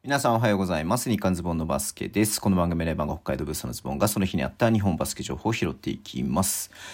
皆さんおはようございます。日刊ズボンのバスケです。この番組レバンが北海道ブースのズボンがその日にあった日本バスケ情報を拾っていきます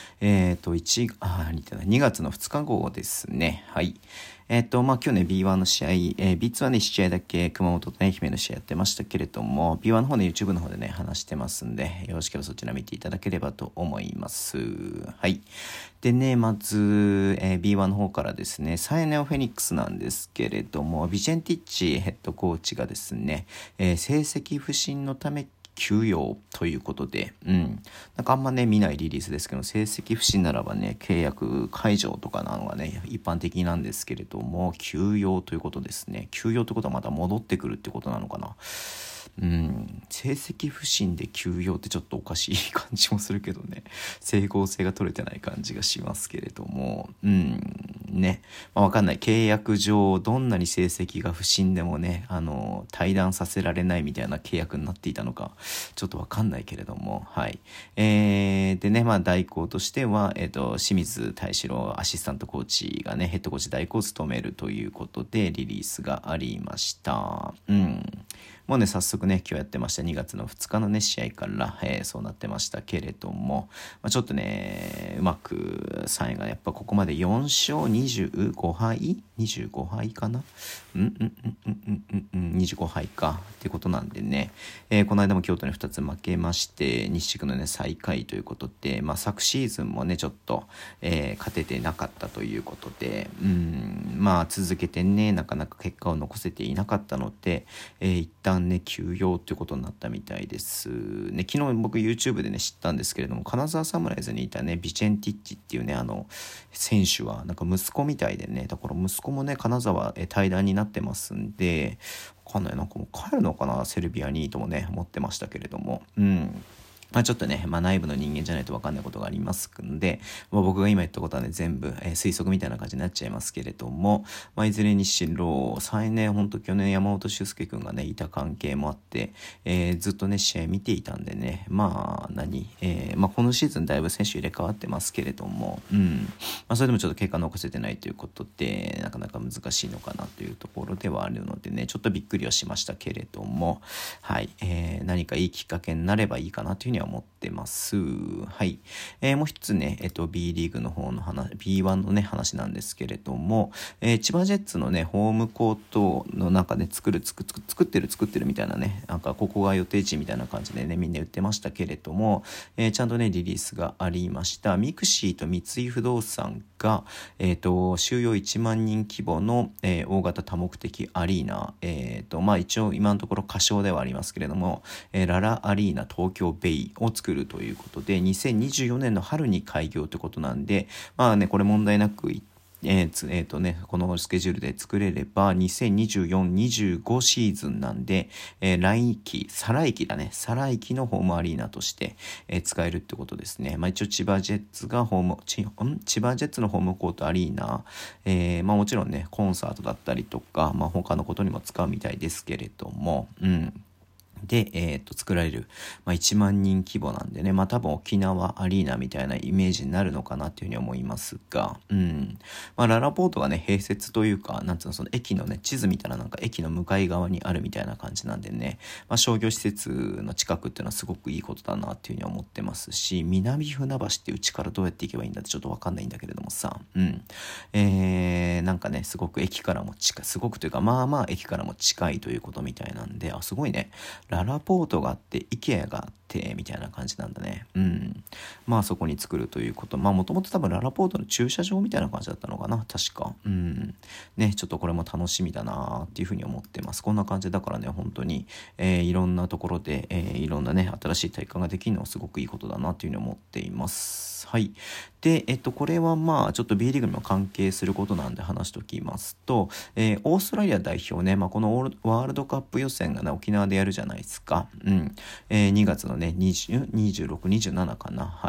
。2月の2日号ですね。はい。今日ね、B1 の試合、B2 はね、1試合だけ熊本とね、愛媛の試合やってましたけれども、B1 の方ね、YouTube の方でね、話してますんで、よろしければそちら見ていただければと思います。はい。でね、まず、B1 の方からですね、サイネオフェニックスなんですけれども、ビジェンティッチヘッドコーチがですね、成績不振のため休養ということで、なんかあんまね見ないリリースですけど、成績不振ならばね契約解除とかなのがね一般的なんですけれども、休養ということですね。休養ということはまた戻ってくるってことなのかな。成績不振で休養ってちょっとおかしい感じもするけどね、整合性が取れてない感じがしますけれども、わかんない。契約上どんなに成績が不振でもね退団させられないみたいな契約になっていたのかちょっとわかんないけれども、はい。でね、代行としては清水大志郎アシスタントコーチがねヘッドコーチ代行を務めるということでリリースがありました。もうね早速ね今日やってました2月の2日のね試合から、そうなってましたけれども、ちょっとねうまく3位がやっぱここまで4勝25敗25敗かな25敗かってことなんでね、この間も京都に2つ負けまして西地区のね最下位ということで、昨シーズンもねちょっと、勝ててなかったということで、続けてねなかなか結果を残せていなかったので、一旦ね休養ということになったみたいですね。昨日僕 YouTube でね知ったんですけれども、金沢サムライズにいたねビチェンティッチっていうね選手はなんか息子みたいでね、だから息子もね金沢退団になってますんで、わかんない、なんかもう帰るのかなセルビアにともね思ってましたけれども、ちょっとね、内部の人間じゃないと分かんないことがありますんで、僕が今言ったことはね全部、推測みたいな感じになっちゃいますけれども、いずれにしろ再ねほんと去年山本修介くんがねいた関係もあって、ずっとね試合見ていたんでね、このシーズンだいぶ選手入れ替わってますけれども、それでもちょっと結果残せてないということでなかなか難しいのかなというところではあるのでね、ちょっとびっくりはしましたけれども、はい、何かいいきっかけになればいいかなというふうには思ってます。はい。もう一つね、B リーグの方の話、B1 のね、話なんですけれども、千葉ジェッツのね、ホームコートの中で作ってるみたいなね、なんかここが予定地みたいな感じでね、みんな言ってましたけれども、ちゃんとね、リリースがありました。ミクシーと三井不動産が、収容1万人規模の、大型多目的アリーナ、一応今のところ仮称ではありますけれども、ララアリーナ東京ベイを作るということで2024年の春に開業ということなんで、これ問題なくこのスケジュールで作れれば2024-25シーズンなんで、再来期のホームアリーナとして、使えるってことですね。一応千葉ジェッツのホームコートアリーナ、もちろんねコンサートだったりとか、他のことにも使うみたいですけれども、で、作られる、1万人規模なんでね、多分沖縄アリーナみたいなイメージになるのかなっていうふうに思いますが、ララポートがね、併設というか、その駅のね、地図見たらなんか駅の向かい側にあるみたいな感じなんでね、商業施設の近くっていうのはすごくいいことだなっていうふうに思ってますし、南船橋ってうちからどうやって行けばいいんだってちょっとわかんないんだけれどもさ、なんかね、すごく駅からも近い、すごくというか、駅からも近いということみたいなんで、すごいね、ララポートがあって IKEA があってみたいな感じなんだね。そこに作るということ、もともと多分ララポートの駐車場みたいな感じだったのかな、確か。ね、ちょっとこれも楽しみだなっていうふうに思ってます。こんな感じだからね、本当に、いろんなところで、いろんなね新しい体感ができるのはすごくいいことだなっていうふうに思っています。はい。で、これはちょっと B リーグにも関係することなんで話しておきますと、オーストラリア代表ね、このワールドカップ予選がね、沖縄でやるじゃないですか。2月のね、26、27かな。はい。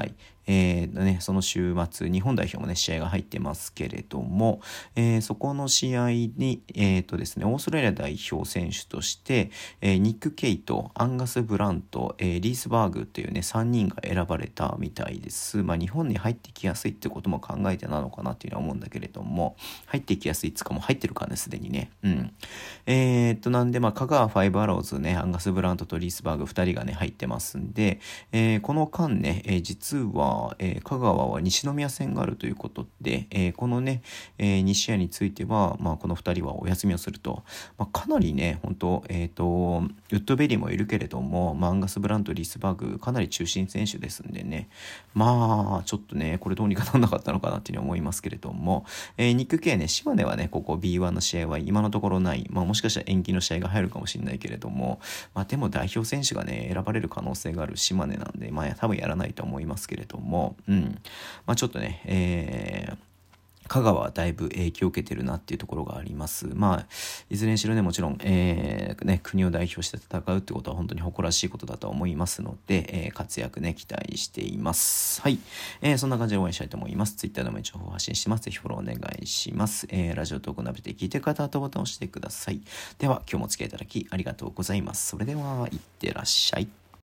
その週末、日本代表もね、試合が入ってますけれども、そこの試合に、ですね、オーストラリア代表選手として、ニック・ケイト、アンガス・ブラント、リースバーグっていうね、3人が選ばれたみたいです。まあ、日本に入ってきやすいってことも考えてなのかなっていうのは思うんだけれども、入ってきやすいっつかもう入ってるからね、すでにね。うん。なんで、まあ、香川ファイブアローズね、アンガス・ブラントとリースバーグ2人がね、入ってますんで、この間ね、実は、香川は西宮戦があるということで、このね、2試合については、まあ、この2人はお休みをすると、まあ、かなりね、本当ウッドベリーもいるけれども、まあ、アンガス・ブラント、リースバーグ、かなり中心選手ですんでね、まあ、ちょっとね、これどうにかなんなかったのかなっていうふうに思いますけれども、ニック系ね、島根はね、ここ B1 の試合は今のところない、まあ、もしかしたら延期の試合が入るかもしれないけれども、まあ、でも代表選手がね、選ばれる可能性がある島根なんで、まあ、多分やらないと思いますけれども、うん。まあ、ちょっとね、香川はだいぶ影響を受けてるなっていうところがあります。まあ、いずれにしろね、もちろん、国を代表して戦うってことは本当に誇らしいことだと思いますので、活躍ね、期待しています。はい。そんな感じで応援したいと思います。Twitter でも情報発信してます。ぜひフォローお願いします。ラジオトークナビで聞いてる方はボタンを押してください。では、今日もお付き合いいただきありがとうございます。それでは、いってらっしゃい。